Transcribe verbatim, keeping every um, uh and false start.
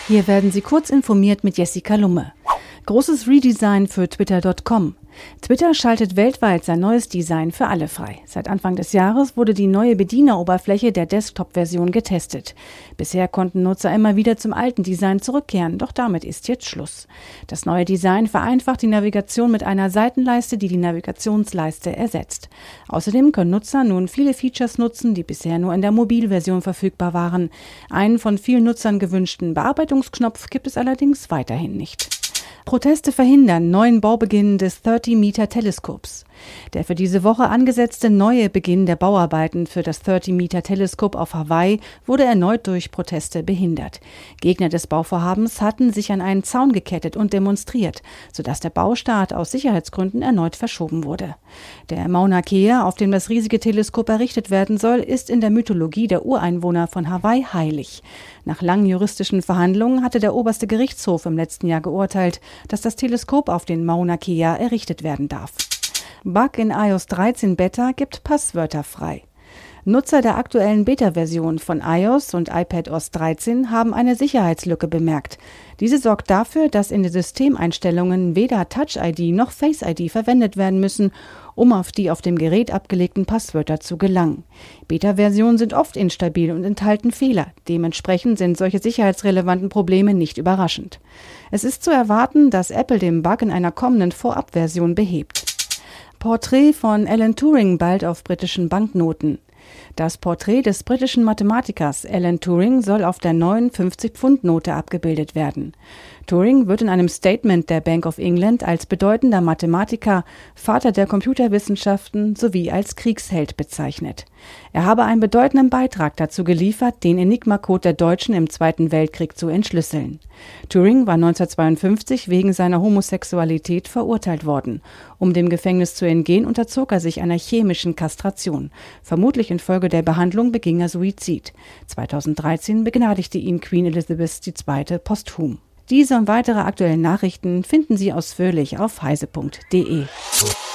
Hier werden Sie kurz informiert mit Jessica Lumme. Großes Redesign für Twitter Punkt com. Twitter schaltet weltweit sein neues Design für alle frei. Seit Anfang des Jahres wurde die neue Bedieneroberfläche der Desktop-Version getestet. Bisher konnten Nutzer immer wieder zum alten Design zurückkehren, doch damit ist jetzt Schluss. Das neue Design vereinfacht die Navigation mit einer Seitenleiste, die die Navigationsleiste ersetzt. Außerdem können Nutzer nun viele Features nutzen, die bisher nur in der Mobilversion verfügbar waren. Einen von vielen Nutzern gewünschten Bearbeitungsknopf gibt es allerdings weiterhin nicht. Proteste verhindern neuen Baubeginn des dreißig-Meter-Teleskops. Der für diese Woche angesetzte neue Beginn der Bauarbeiten für das dreißig-Meter-Teleskop auf Hawaii wurde erneut durch Proteste behindert. Gegner des Bauvorhabens hatten sich an einen Zaun gekettet und demonstriert, sodass der Baustart aus Sicherheitsgründen erneut verschoben wurde. Der Mauna Kea, auf dem das riesige Teleskop errichtet werden soll, ist in der Mythologie der Ureinwohner von Hawaii heilig. Nach langen juristischen Verhandlungen hatte der oberste Gerichtshof im letzten Jahr geurteilt, dass das Teleskop auf den Mauna Kea errichtet werden darf. Bug in i O S dreizehn Beta gibt Passwörter frei. Nutzer der aktuellen Beta-Version von iOS und iPadOS dreizehn haben eine Sicherheitslücke bemerkt. Diese sorgt dafür, dass in den Systemeinstellungen weder Touch I D noch Face I D verwendet werden müssen, um auf die auf dem Gerät abgelegten Passwörter zu gelangen. Beta-Versionen sind oft instabil und enthalten Fehler. Dementsprechend sind solche sicherheitsrelevanten Probleme nicht überraschend. Es ist zu erwarten, dass Apple den Bug in einer kommenden Vorabversion behebt. Porträt von Alan Turing bald auf britischen Banknoten. Das Porträt des britischen Mathematikers Alan Turing soll auf der neuen fünfzig-Pfund-Note abgebildet werden. Turing wird in einem Statement der Bank of England als bedeutender Mathematiker, Vater der Computerwissenschaften sowie als Kriegsheld bezeichnet. Er habe einen bedeutenden Beitrag dazu geliefert, den Enigma-Code der Deutschen im Zweiten Weltkrieg zu entschlüsseln. Turing war neunzehnhundertzweiundfünfzig wegen seiner Homosexualität verurteilt worden. Um dem Gefängnis zu entgehen, unterzog er sich einer chemischen Kastration. Vermutlich infolge der Behandlung beging er Suizid. zweitausenddreizehn begnadigte ihn Queen Elizabeth die Zweite posthum. Diese und weitere aktuelle Nachrichten finden Sie ausführlich auf heise punkt de.